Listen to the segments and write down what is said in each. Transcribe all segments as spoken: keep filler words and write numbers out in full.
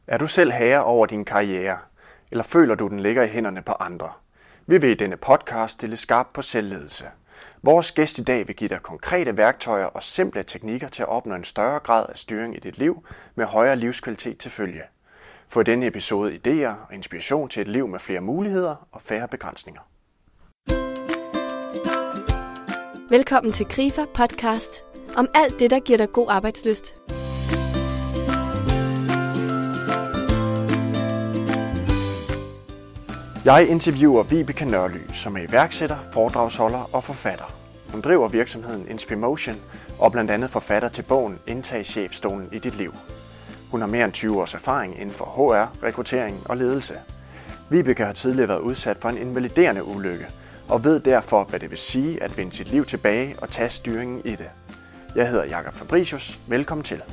Er du selv herre over din karriere, eller føler du, den ligger i hænderne på andre? Vi vil i denne podcast stille skarpt på selvledelse. Vores gæst i dag vil give dig konkrete værktøjer og simple teknikker til at opnå en større grad af styring i dit liv med højere livskvalitet til følge. Få i denne episode idéer og inspiration til et liv med flere muligheder og færre begrænsninger. Velkommen til Grifer Podcast om alt det, der giver dig god arbejdslyst. Jeg interviewer Vibeke Nørly, som er iværksætter, foredragsholder og forfatter. Hun driver virksomheden Inspimotion og blandt andet forfatter til bogen Indtag chefstolen i dit liv. Hun har mere end tyve års erfaring inden for H R, rekruttering og ledelse. Vibeke har tidligere været udsat for en invaliderende ulykke og ved derfor, hvad det vil sige at vende sit liv tilbage og tage styringen i det. Jeg hedder Jakob Fabricius. Velkommen til.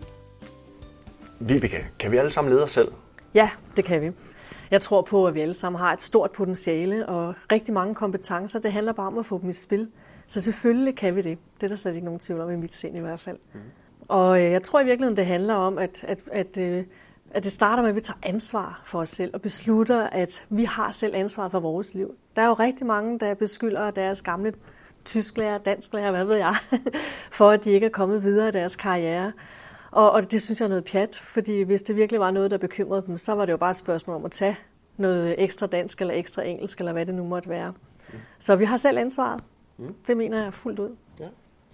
Vibeke, kan vi alle sammen lede os selv? Ja, det kan vi. Jeg tror på, at vi alle sammen har et stort potentiale og rigtig mange kompetencer. Det handler bare om at få dem i spil. Så selvfølgelig kan vi det. Det er der slet ikke nogen tvivl om i mit sind i hvert fald. Mm. Og jeg tror i virkeligheden, det handler om, at, at, at, at det starter med, at vi tager ansvar for os selv og beslutter, at vi har selv ansvar for vores liv. Der er jo rigtig mange, der beskylder deres gamle tysklærer, dansklærer, hvad ved jeg, for at de ikke er kommet videre i deres karriere. Og, og det synes jeg er noget pjat, fordi hvis det virkelig var noget, der bekymrede dem, så var det jo bare et spørgsmål om at tage noget ekstra dansk eller ekstra engelsk, eller hvad det nu måtte være. Mm. Så vi har selv ansvaret. Mm. Det mener jeg fuldt ud. Ja.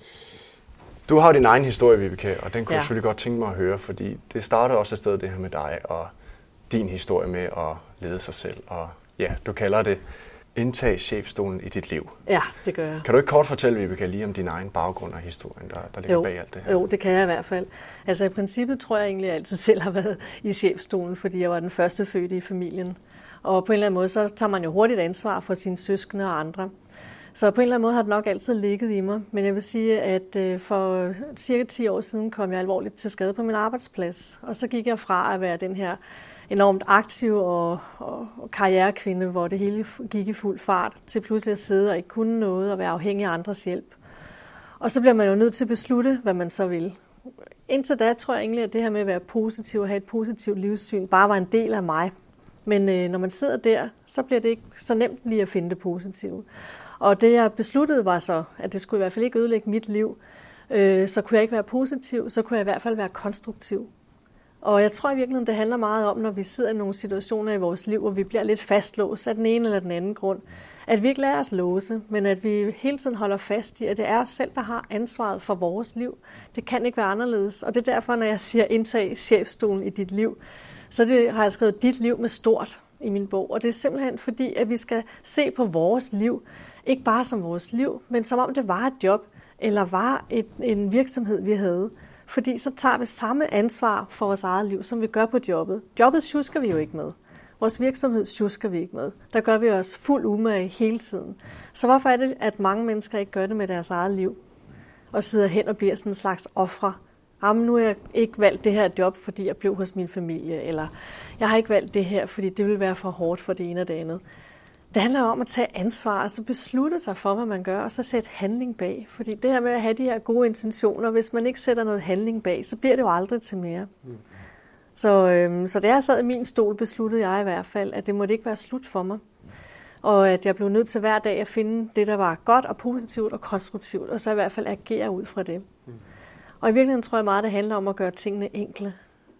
Du har jo din egen historie, Vibeke, og den kunne ja. jeg selvfølgelig godt tænke mig at høre, fordi det startede også et sted det her med dig og din historie med at lede sig selv. Og ja, du kalder det indtag chefstolen i dit liv. Ja, det gør jeg. Kan du ikke kort fortælle, Vibeke, lige om din egen baggrund og historien, der, der ligger jo. bag alt det her? Jo, det kan jeg i hvert fald. Altså i princippet tror jeg egentlig, at jeg altid selv har været i chefstolen, fordi jeg var den første fødte i familien. Og på en eller anden måde, så tager man jo hurtigt ansvar for sine søskende og andre. Så på en eller anden måde har det nok altid ligget i mig. Men jeg vil sige, at for cirka ti år siden kom jeg alvorligt til skade på min arbejdsplads. Og så gik jeg fra at være den her enormt aktiv og, og, og karrierekvinde, hvor det hele gik i fuld fart, til pludselig at sidde og ikke kunne noget og være afhængig af andres hjælp. Og så bliver man jo nødt til at beslutte, hvad man så vil. Indtil da tror jeg egentlig, at det her med at være positiv og have et positivt livssyn bare var en del af mig. Men øh, når man sidder der, så bliver det ikke så nemt lige at finde det positive. Og det jeg besluttede var så, at det skulle i hvert fald ikke ødelægge mit liv. Øh, så kunne jeg ikke være positiv, så kunne jeg i hvert fald være konstruktiv. Og jeg tror i virkeligheden, det handler meget om, når vi sidder i nogle situationer i vores liv, hvor vi bliver lidt fastlåst af den ene eller den anden grund, at vi ikke lader os låse, men at vi hele tiden holder fast i, at det er os selv, der har ansvaret for vores liv. Det kan ikke være anderledes. Og det er derfor, når jeg siger indtag chefstolen i dit liv, så det har jeg skrevet dit liv med stort i min bog. Og det er simpelthen fordi, at vi skal se på vores liv, ikke bare som vores liv, men som om det var et job, eller var et, en virksomhed, vi havde. Fordi så tager vi samme ansvar for vores eget liv, som vi gør på jobbet. Jobbet sjusker vi jo ikke med. Vores virksomhed sjusker vi ikke med. Der gør vi os fuld umage hele tiden. Så hvorfor er det, at mange mennesker ikke gør det med deres eget liv? Og sidder hen og bliver sådan en slags ofre. Jamen, nu har jeg ikke valgt det her job, fordi jeg blev hos min familie. Eller jeg har ikke valgt det her, fordi det vil være for hårdt for det ene og det andet. Det handler om at tage ansvar, og så beslutte sig for, hvad man gør, og så sætte handling bag. Fordi det her med at have de her gode intentioner, hvis man ikke sætter noget handling bag, så bliver det jo aldrig til mere. Mm. Så, øhm, så da jeg sad i min stol, besluttede jeg i hvert fald, at det måtte ikke være slut for mig. Og at jeg blev nødt til hver dag at finde det, der var godt og positivt og konstruktivt, og så i hvert fald agere ud fra det. Mm. Og i virkeligheden tror jeg meget, det handler om at gøre tingene enkle.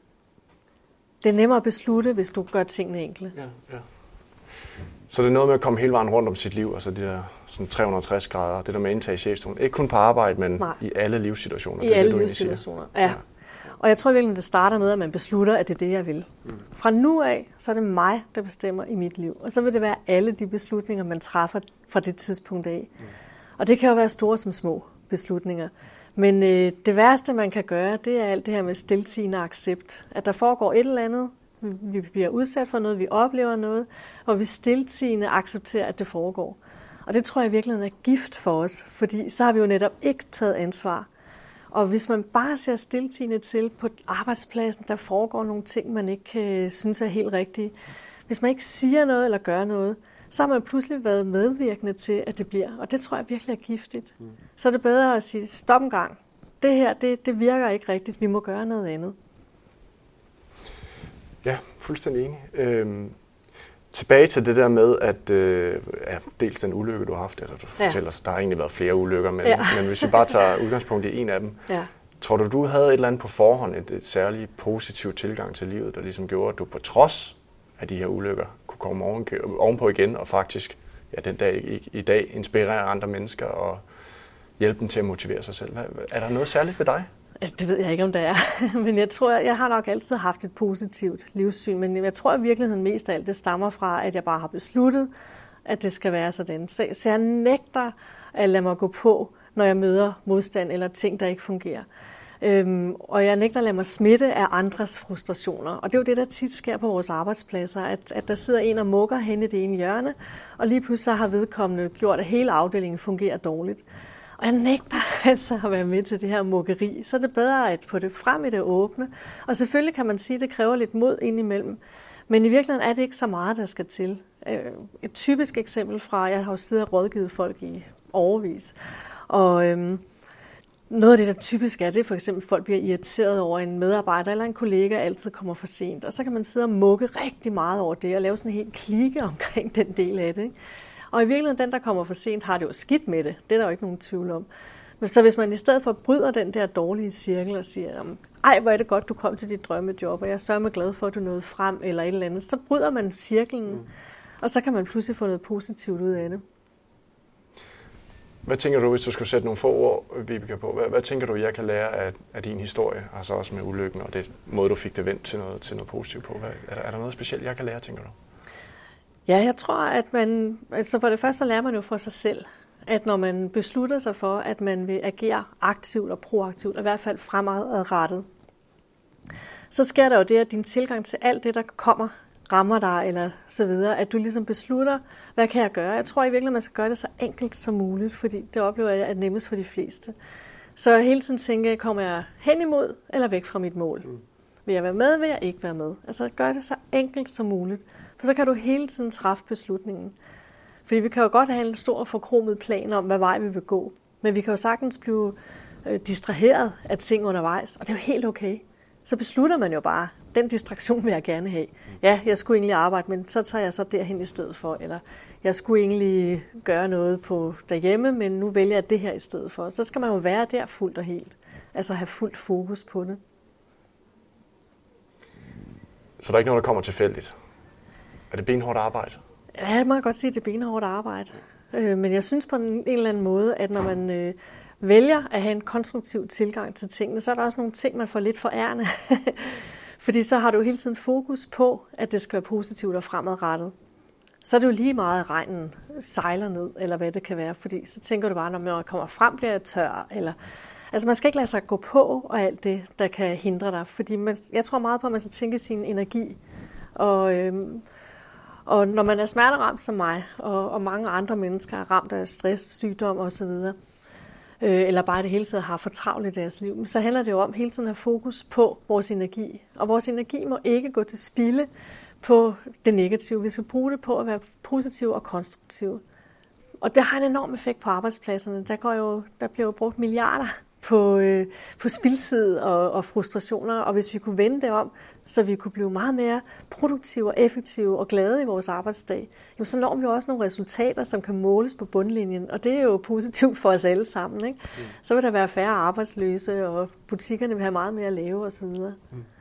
Det er nemmere at beslutte, hvis du gør tingene enkle. Ja, ja. Så det er noget med at komme hele vejen rundt om sit liv, altså de der sådan tre hundrede og tres grader, det der med indtag i chefstolen. Ikke kun på arbejde, men Nej. i alle livssituationer. I det, alle det, livssituationer, ja. ja. Og jeg tror virkelig, at det starter med, at man beslutter, at det er det, jeg vil. Mm. Fra nu af, så er det mig, der bestemmer i mit liv. Og så vil det være alle de beslutninger, man træffer fra det tidspunkt af. Mm. Og det kan jo være store som små beslutninger. Men øh, det værste, man kan gøre, det er alt det her med stiltiende accept. At der foregår et eller andet, vi bliver udsat for noget, vi oplever noget, og vi stiltiende accepterer, at det foregår. Og det tror jeg virkelig er gift for os, fordi så har vi jo netop ikke taget ansvar. Og hvis man bare ser stiltiende til på arbejdspladsen, der foregår nogle ting, man ikke øh, synes er helt rigtige. Hvis man ikke siger noget eller gør noget, så har man pludselig været medvirkende til, at det bliver. Og det tror jeg virkelig er giftigt. Mm. Så er det bedre at sige, stop en gang. Det her, det, det virker ikke rigtigt. Vi må gøre noget andet. Ja, fuldstændig enig. Øhm, tilbage til det der med, at øh, ja, dels den ulykke, du har haft, eller du ja. fortæller os, der har egentlig været flere ulykker, men, ja. men hvis vi bare tager udgangspunkt i en af dem, ja. tror du, du havde et eller andet på forhånd, et, et særligt positiv tilgang til livet, der ligesom gjorde, at du på trods af de her ulykker kunne komme oven, ovenpå igen, og faktisk ja, den dag i, i dag inspirere andre mennesker og hjælpe dem til at motivere sig selv? Er der noget særligt ved dig? Det ved jeg ikke, om det er. Men jeg tror, jeg har nok altid haft et positivt livssyn. Men jeg tror, at i virkeligheden mest af alt, det stammer fra, at jeg bare har besluttet, at det skal være sådan. Så, så jeg nægter at lade mig gå på, når jeg møder modstand eller ting, der ikke fungerer. Øhm, og jeg nægter at lade mig smitte af andres frustrationer. Og det er jo det, der tit sker på vores arbejdspladser, at, at der sidder en og mukker hen i det ene hjørne, og lige pludselig har vedkommende gjort, at hele afdelingen fungerer dårligt. Og jeg nægter altså at være med til det her mukkeri. Så er det bedre at få det frem i det åbne. Og selvfølgelig kan man sige, at det kræver lidt mod indimellem. Men i virkeligheden er det ikke så meget, der skal til. Et typisk eksempel fra, jeg har jo siddet og rådgivet folk i årevis. Og øhm, noget af det, der typisk er, det er for eksempel, at folk bliver irriteret over en medarbejder eller en kollega altid kommer for sent. Og så kan man sidde og mukke rigtig meget over det og lave sådan en helt klike omkring den del af det, ikke? Og i virkeligheden, den, der kommer for sent, har det jo skidt med det. Det er der jo ikke nogen tvivl om. Så hvis man i stedet for bryder den der dårlige cirkel og siger, ej, hvor er det godt, du kom til dit drømmejob, og jeg er så med glad for, at du nåede frem, eller et eller andet, så bryder man cirklen, mm. og så kan man pludselig få noget positivt ud af det. Hvad tænker du, hvis du skulle sætte nogle få ord, Vibeke, på? Hvad, hvad tænker du, jeg kan lære af, af din historie, altså også med ulykken, og det måde, du fik det vendt til noget, til noget positivt på? Hvad, er, der, er der noget specielt, jeg kan lære, tænker du? Ja, jeg tror, at man, altså for det første så lærer man jo for sig selv, at når man beslutter sig for, at man vil agere aktivt og proaktivt, og i hvert fald fremadrettet, så sker der jo det, at din tilgang til alt det, der kommer, rammer dig eller så videre, at du ligesom beslutter, hvad kan jeg gøre? Jeg tror i virkeligheden, man skal gøre det så enkelt som muligt, fordi det oplever jeg er nemmest for de fleste. Så hele tiden tænker jeg, kommer jeg hen imod eller væk fra mit mål? Vil jeg være med, vil jeg ikke være med? Altså gør det så enkelt som muligt. For så kan du hele tiden træffe beslutningen. Fordi vi kan jo godt have en stor forkromet plan om, hvad vej vi vil gå. Men vi kan jo sagtens blive øh, distraheret af ting undervejs, og det er jo helt okay. Så beslutter man jo bare, den distraktion vil jeg gerne have. Ja, jeg skulle egentlig arbejde, men så tager jeg så derhen i stedet for. Eller jeg skulle egentlig gøre noget på derhjemme, men nu vælger jeg det her i stedet for. Så skal man jo være der fuldt og helt. Altså have fuldt fokus på det. Så der er ikke noget, der kommer tilfældigt? Er det benhårdt arbejde? Ja, jeg må godt sige, at det er benhårdt arbejde. Øh, men jeg synes på en, en eller anden måde, at når man øh, vælger at have en konstruktiv tilgang til tingene, så er der også nogle ting, man får lidt forærende. Fordi så har du hele tiden fokus på, at det skal være positivt og fremadrettet. Så er det jo lige meget, at regnen sejler ned, eller hvad det kan være. Fordi så tænker du bare, når jeg kommer frem, bliver jeg tør. Eller, altså man skal ikke lade sig gå på og alt det, der kan hindre dig. Fordi man, jeg tror meget på, at man skal tænke sin energi. Og... Øh, Og når man er smerteramt som mig, og, og mange andre mennesker er ramt af stress, sygdom osv., øh, eller bare det hele tiden har for travlt i deres liv, så handler det jo om hele tiden at have fokus på vores energi. Og vores energi må ikke gå til spilde på det negative. Vi skal bruge det på at være positive og konstruktive. Og det har en enorm effekt på arbejdspladserne. Der, går jo, der bliver jo brugt milliarder på, øh, på spildtid og, og frustrationer, og hvis vi kunne vende det om, så vi kunne blive meget mere produktive og effektive og glade i vores arbejdsdag, jamen så når vi også nogle resultater, som kan måles på bundlinjen, og det er jo positivt for os alle sammen, ikke? Mm. Så vil der være færre arbejdsløse, og butikkerne vil have meget mere at lave osv. Mm.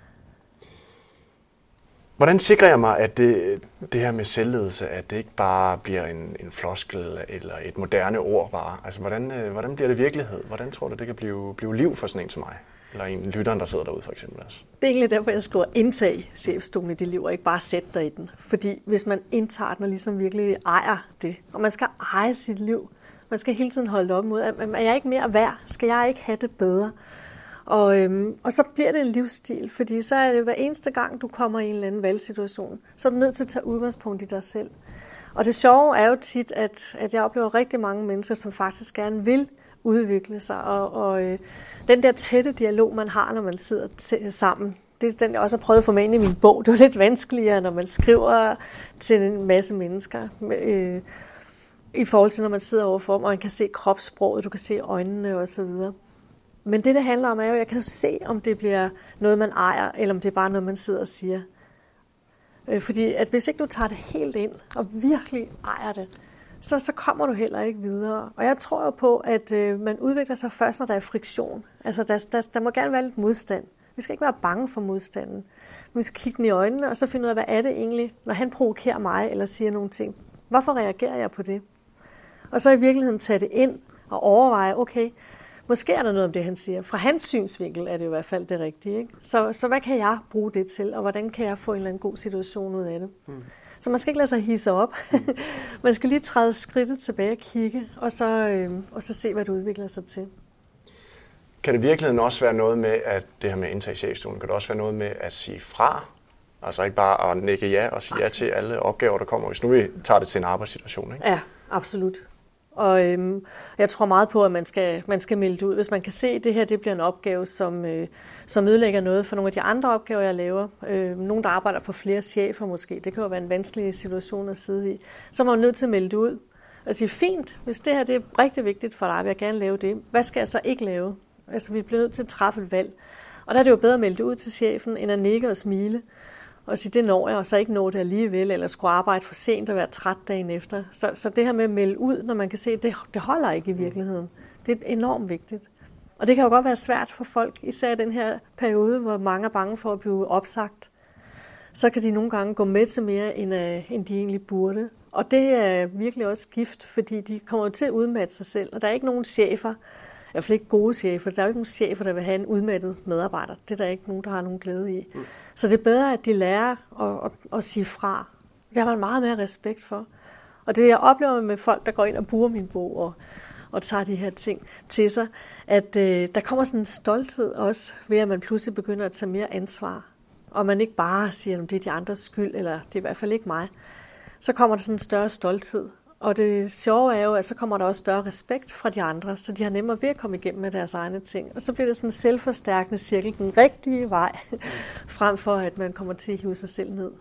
Hvordan sikrer jeg mig, at det, det her med selvledelse, at det ikke bare bliver en, en floskel eller et moderne ord bare? Altså, hvordan, hvordan bliver det virkelighed? Hvordan tror du, det kan blive, blive liv for sådan en som mig? Eller en lytteren, der sidder derude for eksempel også? Det er egentlig derfor, jeg skriver indtage chefstolen i dit liv, og ikke bare sætte dig i den. Fordi hvis man indtager den og ligesom virkelig ejer det, og man skal eje sit liv, man skal hele tiden holde op mod, er jeg ikke mere værd? Skal jeg ikke have det bedre? Og, øhm, og så bliver det en livsstil, fordi så er det hver eneste gang, du kommer i en eller anden valgsituation, så er du nødt til at tage udgangspunkt i dig selv. Og det sjove er jo tit, at, at jeg oplever rigtig mange mennesker, som faktisk gerne vil udvikle sig, og, og øh, den der tætte dialog, man har, når man sidder t- sammen, det er den, jeg også har prøvet at få med ind i min bog. Det er lidt vanskeligere, når man skriver til en masse mennesker, øh, i forhold til, når man sidder overfor dem, og man kan se kropssproget, du kan se øjnene osv. Men det, det handler om, er jo, at jeg kan se, om det bliver noget, man ejer, eller om det er bare noget, man sidder og siger. Fordi at hvis ikke du tager det helt ind og virkelig ejer det, så, så kommer du heller ikke videre. Og jeg tror jo på, at øh, man udvikler sig først, når der er friktion. Altså der, der, der må gerne være lidt modstand. Vi skal ikke være bange for modstanden. Men vi skal kigge den i øjnene, og så finde ud af, hvad er det egentlig, når han provokerer mig eller siger nogle ting. Hvorfor reagerer jeg på det? Og så i virkeligheden tage det ind og overveje, okay, måske er der noget om det, han siger. Fra hans synsvinkel er det i hvert fald det rigtige. Ikke? Så, så hvad kan jeg bruge det til, og hvordan kan jeg få en eller anden god situation ud af det? Mm. Så man skal ikke lade sig hisse op. Mm. Man skal lige træde skridtet tilbage og kigge, og så, øh, og så se, hvad det udvikler sig til. Kan det i virkeligheden også være noget med, at det her med indtag i chefstolen, kan det også være noget med at sige fra? Altså ikke bare at nikke ja og sige absolut. Ja til alle opgaver, der kommer, hvis nu vi tager det til en arbejdssituation, ikke? Ja, absolut. Og øhm, jeg tror meget på, at man skal, man skal melde det ud. Hvis man kan se, at det her det bliver en opgave, som, øh, som ødelægger noget for nogle af de andre opgaver, jeg laver. Øh, nogen, der arbejder for flere chefer måske. Det kan jo være en vanskelig situation at sidde i. Så er man nødt til at melde det ud og sige, fint, hvis det her det er rigtig vigtigt for dig, vil jeg gerne lave det. Hvad skal jeg så ikke lave? Altså, vi bliver nødt til at træffe et valg. Og der er det jo bedre at melde det ud til chefen, end at nikke og smile. Og sige, det når jeg, og så ikke nå det alligevel, eller skulle arbejde for sent og være træt dagen efter. Så, så det her med at melde ud, når man kan se, det, det holder ikke i virkeligheden. Det er enormt vigtigt. Og det kan jo godt være svært for folk, især i den her periode, hvor mange er bange for at blive opsagt. Så kan de nogle gange gå med til mere, end, uh, end de egentlig burde. Og det er virkelig også gift, fordi de kommer til at udmatte sig selv. Og der er ikke nogen chefer, i hvert fald ikke gode chefer. Der er jo ikke nogen chefer, der vil have en udmattet medarbejder. Det er der ikke nogen, der har nogen glæde i. Mm. Så det er bedre, at de lærer at, at, at sige fra. Det har man meget mere respekt for. Og det jeg oplever med folk, der går ind og bruger min bog og, og tager de her ting til sig, at øh, der kommer sådan en stolthed også ved, at man pludselig begynder at tage mere ansvar. Og man ikke bare siger, at det er de andres skyld, eller det er i hvert fald ikke mig. Så kommer der sådan en større stolthed. Og det sjove er jo, at så kommer der også større respekt fra de andre, så de har nemmere ved at komme igennem med deres egne ting. Og så bliver det sådan en selvforstærkende cirkel, den rigtige vej, frem for at man kommer til at hive sig selv ned.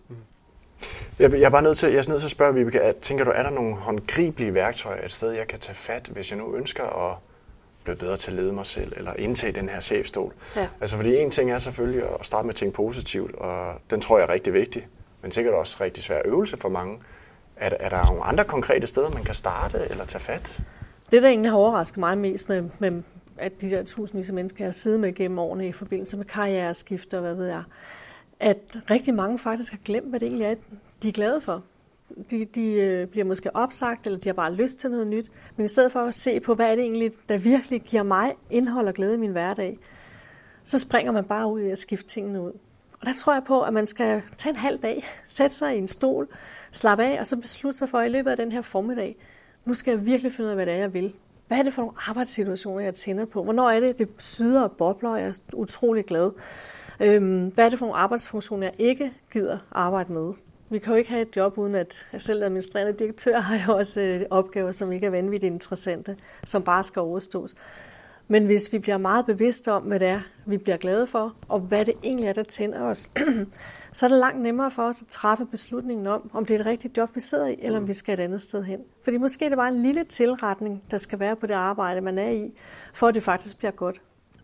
Jeg er bare nødt til, jeg er nødt til at spørge, Vibeke, tænker du, er der nogle håndgribelige værktøjer et sted, jeg kan tage fat, hvis jeg nu ønsker at blive bedre til at lede mig selv, eller indtage den her chefstol? Ja. Altså, fordi en ting er selvfølgelig at starte med at tænke positivt, og den tror jeg er rigtig vigtig, men sikkert også rigtig svær øvelse for mange. Er der, er der nogle andre konkrete steder, man kan starte eller tage fat? Det, der egentlig har overrasket mig mest med, med at de der tusindvis af mennesker, jeg har siddet med gennem årene i forbindelse med karriereskift og hvad ved jeg, at rigtig mange faktisk har glemt, hvad det egentlig er, de er glade for. De, de bliver måske opsagt, eller de har bare lyst til noget nyt. Men i stedet for at se på, hvad er det egentlig, der virkelig giver mig indhold og glæde i min hverdag, så springer man bare ud i at skifte tingene ud. Og der tror jeg på, at man skal tage en halv dag, sætte sig i en stol, slappe af, og så beslutte sig for i løbet af den her formiddag, nu skal jeg virkelig finde ud af, hvad det er, jeg vil. Hvad er det for nogle arbejdssituationer, jeg tænder på? Hvornår er det, det syder og bobler, og jeg er utrolig glad? Øhm, hvad er det for nogle arbejdsfunktioner, jeg ikke gider arbejde med? Vi kan jo ikke have et job, uden at jeg selv administrerende direktør har jo også øh, opgaver, som ikke er vanvittigt interessante, som bare skal overstås. Men hvis vi bliver meget bevidste om, hvad det er, vi bliver glade for, og hvad det egentlig er, der tænder os, så er det langt nemmere for os at træffe beslutningen om, om det er et rigtigt job, vi sidder i, eller om vi skal et andet sted hen. Fordi måske er det bare en lille tilretning, der skal være på det arbejde, man er i, for at det faktisk bliver godt.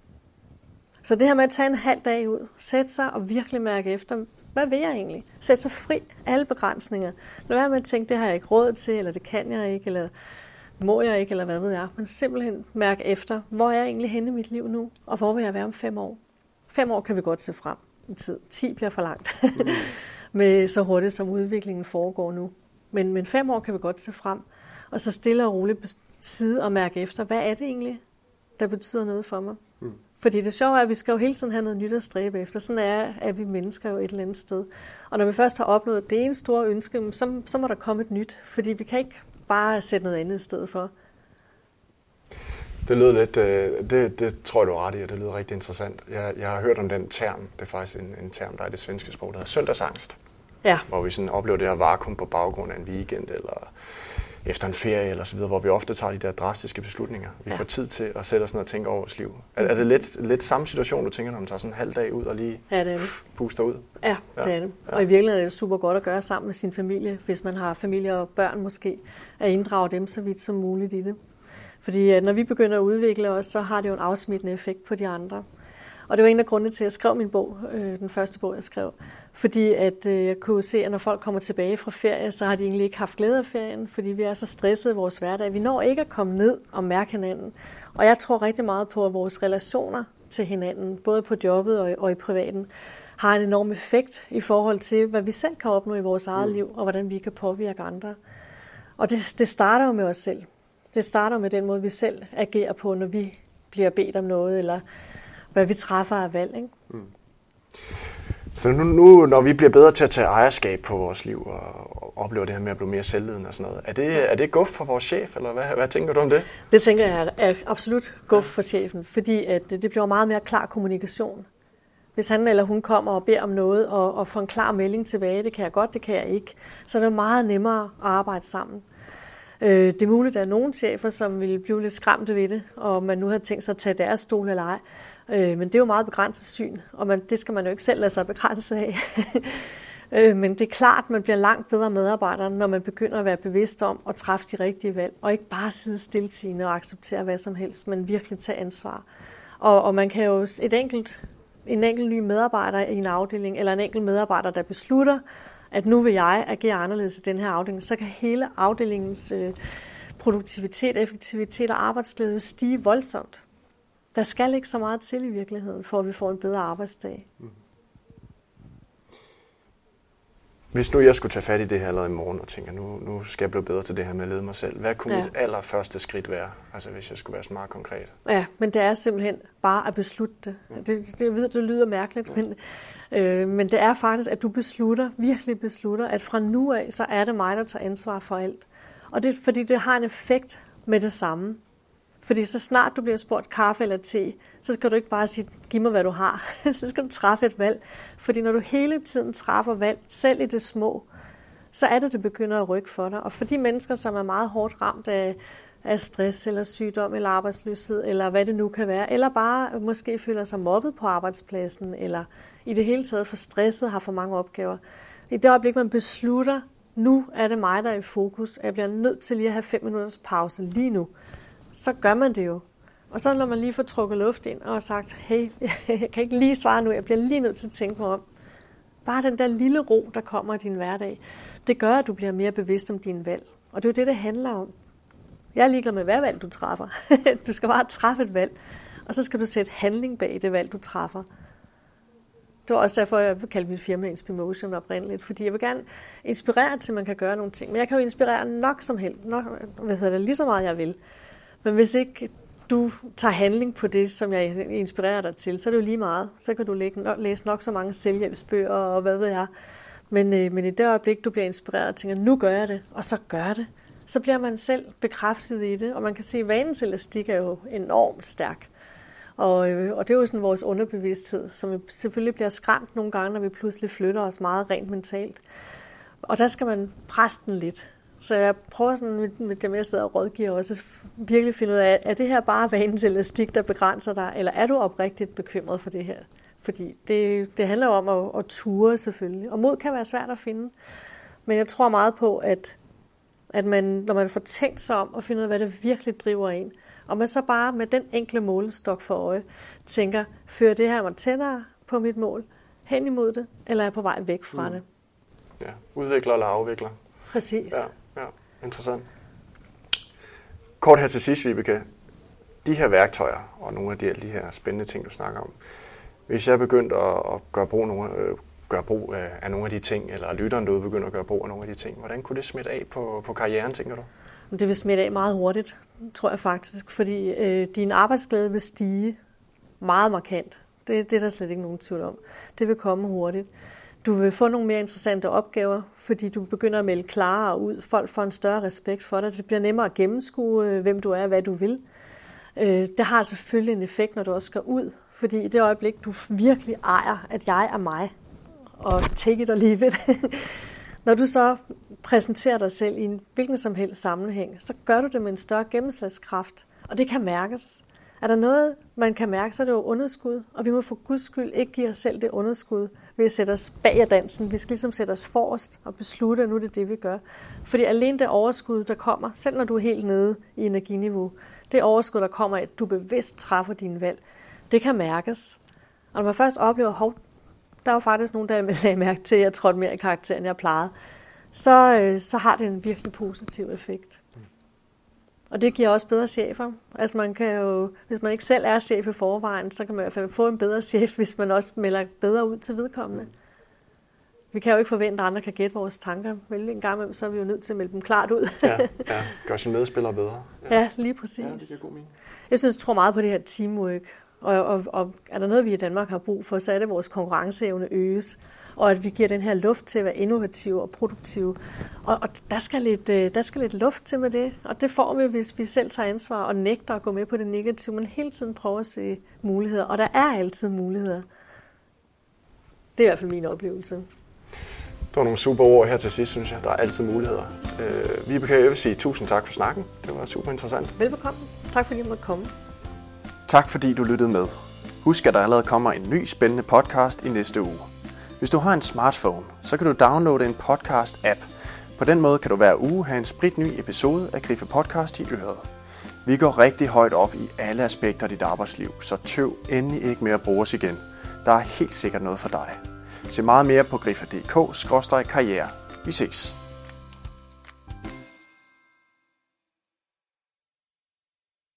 Så det her med at tage en halv dag ud, sætte sig og virkelig mærke efter, hvad vil jeg egentlig? Sætte sig fri alle begrænsninger. Lad være med at tænke, det har jeg ikke råd til, eller det kan jeg ikke, eller må jeg ikke, eller hvad ved jeg. Men simpelthen mærke efter, hvor er jeg egentlig henne i mit liv nu, og hvor vil jeg være om fem år? Fem år kan vi godt se frem i tid. Ti bliver for langt, mm. med så hurtigt som udviklingen foregår nu. Men, men fem år kan vi godt se frem, og så stille og roligt sidde og mærke efter, hvad er det egentlig, der betyder noget for mig? Mm. Fordi det sjove er, at vi skal jo hele tiden have noget nyt at stræbe efter. Sådan er, at vi mennesker jo et eller andet sted. Og når vi først har opnået det ene store ønske, så, så må der komme et nyt. Fordi vi kan ikke bare sætte noget andet i stedet for. Det lyder lidt, det, det tror jeg, du er ret i, og det lyder rigtig interessant. Jeg, jeg har hørt om den term, det er faktisk en, en term, der er i det svenske sprog, der hedder søndagsangst. Ja. Hvor vi sådan oplever det her vakuum på baggrund af en weekend, eller efter en ferie, eller så videre, hvor vi ofte tager de der drastiske beslutninger. Vi ja. får tid til at sætte os ned og tænke over vores liv. Er, er det lidt, lidt samme situation, du tænker, når man tager sådan en halv dag ud og lige ja, det er det. puster ud? Ja, ja, det er det. Og i virkeligheden er det super godt at gøre sammen med sin familie, hvis man har familie og børn måske, at inddrage dem så vidt som muligt i det. Fordi når vi begynder at udvikle os, så har det jo en afsmittende effekt på de andre. Og det var en af grundene til, at jeg skrev min bog, øh, den første bog, jeg skrev. Fordi at øh, jeg kunne se, at når folk kommer tilbage fra ferie, så har de egentlig ikke haft glæde af ferien, fordi vi er så stressede i vores hverdag. Vi når ikke at komme ned og mærke hinanden. Og jeg tror rigtig meget på, at vores relationer til hinanden, både på jobbet og i, og i privaten, har en enorm effekt i forhold til, hvad vi selv kan opnå i vores eget liv, og hvordan vi kan påvirke andre. Og det, det starter jo med os selv. Det starter med den måde, vi selv agerer på, når vi bliver bedt om noget, eller hvad vi træffer af valg. Ikke? Mm. Så nu, nu, når vi bliver bedre til at tage ejerskab på vores liv, og oplever det her med at blive mere selvledende og sådan noget, er det, er det guf for vores chef, eller hvad, hvad tænker du om det? Det tænker jeg er absolut guf for chefen, fordi at det bliver meget mere klar kommunikation. Hvis han eller hun kommer og beder om noget, og, og får en klar melding tilbage, det kan jeg godt, det kan jeg ikke, så er det meget nemmere at arbejde sammen. Øh, det er muligt, at der er nogle chefer, som vil blive lidt skræmte ved det, og man nu har tænkt sig at tage deres stol eller ej. Øh, men det er jo meget begrænset syn, og man, det skal man jo ikke selv lade sig begrænse af. øh, men det er klart, at man bliver langt bedre medarbejder, når man begynder at være bevidst om at træffe de rigtige valg, og ikke bare sidde stiltiende og acceptere hvad som helst, men virkelig tage ansvar. Og, og man kan jo et enkelt, en enkelt ny medarbejder i en afdeling, eller en enkelt medarbejder, der beslutter, at nu vil jeg agere anderledes i den her afdeling, så kan hele afdelingens øh, produktivitet, effektivitet og arbejdsglæde stige voldsomt. Der skal ikke så meget til i virkeligheden, for at vi får en bedre arbejdsdag. Hvis nu jeg skulle tage fat i det her allerede i morgen og tænker, nu, nu skal jeg blive bedre til det her med at lede mig selv, hvad kunne ja. mit allerførste skridt være, altså hvis jeg skulle være så meget konkret? Ja, men det er simpelthen bare at beslutte det. Ja. Det, det, jeg ved, det lyder mærkeligt, ja. men, øh, men det er faktisk, at du beslutter, virkelig beslutter, at fra nu af, så er det mig, der tager ansvar for alt. Og det er fordi, det har en effekt med det samme. Fordi så snart du bliver spurgt kaffe eller te, så skal du ikke bare sige, giv mig hvad du har. Så skal du træffe et valg. Fordi når du hele tiden træffer valg, selv i det små, så er det, det begynder at rykke for dig. Og for de mennesker, som er meget hårdt ramt af, af stress eller sygdom eller arbejdsløshed, eller hvad det nu kan være, eller bare måske føler sig mobbet på arbejdspladsen, eller i det hele taget for stresset, har for mange opgaver. I det øjeblik, man beslutter, nu er det mig, der er i fokus, jeg bliver nødt til lige at have fem minutters pause lige nu, så gør man det jo. Og så når man lige får trukket luft ind og sagt, hey, jeg kan ikke lige svare nu, jeg bliver lige nødt til at tænke mig om. Bare den der lille ro, der kommer i din hverdag, det gør, at du bliver mere bevidst om dine valg. Og det er jo det, det handler om. Jeg er ligeglad med, hvad valg du træffer. Du skal bare træffe et valg, og så skal du sætte handling bag det valg, du træffer. Det var også derfor, jeg kaldte mit firma Inspimotion oprindeligt, fordi jeg vil gerne inspirere til, at man kan gøre nogle ting. Men jeg kan jo inspirere nok som helst, nok, hvad hedder det, lige så meget jeg vil. Men hvis ikke du tager handling på det, som jeg inspirerer dig til, så er det jo lige meget. Så kan du læse nok så mange selvhjælpsbøger og hvad ved jeg. Men, men i det øjeblik, du bliver inspireret og tænker, nu gør jeg det, og så gør det, så bliver man selv bekræftet i det. Og man kan se, at vanens elastik er jo enormt stærk. Og, og det er jo sådan vores underbevidsthed, som selvfølgelig bliver skræmt nogle gange, når vi pludselig flytter os meget rent mentalt. Og der skal man presse den lidt. Så jeg prøver sådan med dem, jeg sidder og rådgiver også, virkelig finde ud af, er det her bare vanens elastik, der begrænser dig, eller er du oprigtigt bekymret for det her? Fordi det, det handler jo om at, at ture selvfølgelig, og mod kan være svært at finde. Men jeg tror meget på, at, at man, når man får tænkt sig om at finde ud af, hvad det virkelig driver en, og man så bare med den enkle målestok for øje tænker, fører det her mig tættere på mit mål, hen imod det, eller er jeg på vej væk fra mm. det? Ja, udvikler eller afvikler. Præcis. Ja, ja, interessant. Kort her til sidst, Vibeke. De her værktøjer og nogle af de, de her spændende ting, du snakker om. Hvis jeg begyndte at, at gøre, brug nogle, øh, gøre brug af, af nogle af de ting, eller lytteren derude begynder at gøre brug af nogle af de ting, hvordan kunne det smitte af på, på karrieren, tænker du? Det vil smitte af meget hurtigt, tror jeg faktisk, fordi øh, din arbejdsglæde vil stige meget markant. Det, det er der slet ikke nogen tvivl om. Det vil komme hurtigt. Du vil få nogle mere interessante opgaver, fordi du begynder at melde klarere ud. Folk får en større respekt for dig. Det bliver nemmere at gennemskue, hvem du er og hvad du vil. Det har selvfølgelig en effekt, når du også skal ud. Fordi i det øjeblik, du virkelig ejer, at jeg er mig, og take it or leave it. Når du så præsenterer dig selv i en hvilken som helst sammenhæng, så gør du det med en større gennemslagskraft. Og det kan mærkes. Er der noget, man kan mærke, så er det jo underskud. Og vi må for Guds skyld ikke give os selv det underskud ved at sætte os bag af dansen. Vi skal ligesom sætte os forrest og beslutte, at nu er det det, vi gør. Fordi alene det overskud, der kommer, selv når du er helt nede i energiniveau, det overskud, der kommer, at du bevidst træffer dine valg, det kan mærkes. Og når man først oplever, hov, der var faktisk nogen, der lagde mærke til, at jeg trådte mere i karakter, end jeg plejede, så, øh, så har det en virkelig positiv effekt. Og det giver også bedre chefer. Altså man kan jo, hvis man ikke selv er chef i forvejen, så kan man i hvert fald få en bedre chef, hvis man også melder bedre ud til vedkommende. Vi kan jo ikke forvente, at andre kan gætte vores tanker. Vel, en gang imellem, så er vi jo nødt til at melde dem klart ud. ja, ja, gør sine medspillere bedre. Ja, ja lige præcis. Ja, det giver god mening. Jeg synes, jeg tror meget på det her teamwork. Og, og, og er der noget, vi i Danmark har brug for, så er det, vores konkurrenceevne øges. Og at vi giver den her luft til at være innovative og produktive. Og, og der, skal lidt, der skal lidt luft til med det. Og det får vi, hvis vi selv tager ansvar og nægter at gå med på det negative, men hele tiden prøver at se muligheder. Og der er altid muligheder. Det er i hvert fald min oplevelse. Det var nogle super ord her til sidst, synes jeg. Der er altid muligheder. Øh, Vibeke, jeg vil sige tusind tak for snakken. Det var super interessant. Velbekomme. Tak fordi du måtte komme. Tak fordi du lyttede med. Husk, at der allerede kommer en ny spændende podcast i næste uge. Hvis du har en smartphone, så kan du downloade en podcast-app. På den måde kan du hver uge have en spritny episode af Grife Podcast i øret. Vi går rigtig højt op i alle aspekter af dit arbejdsliv, så tøv endelig ikke med at bruge os igen. Der er helt sikkert noget for dig. Se meget mere på grife punktum d k skråstreg karriere. Vi ses.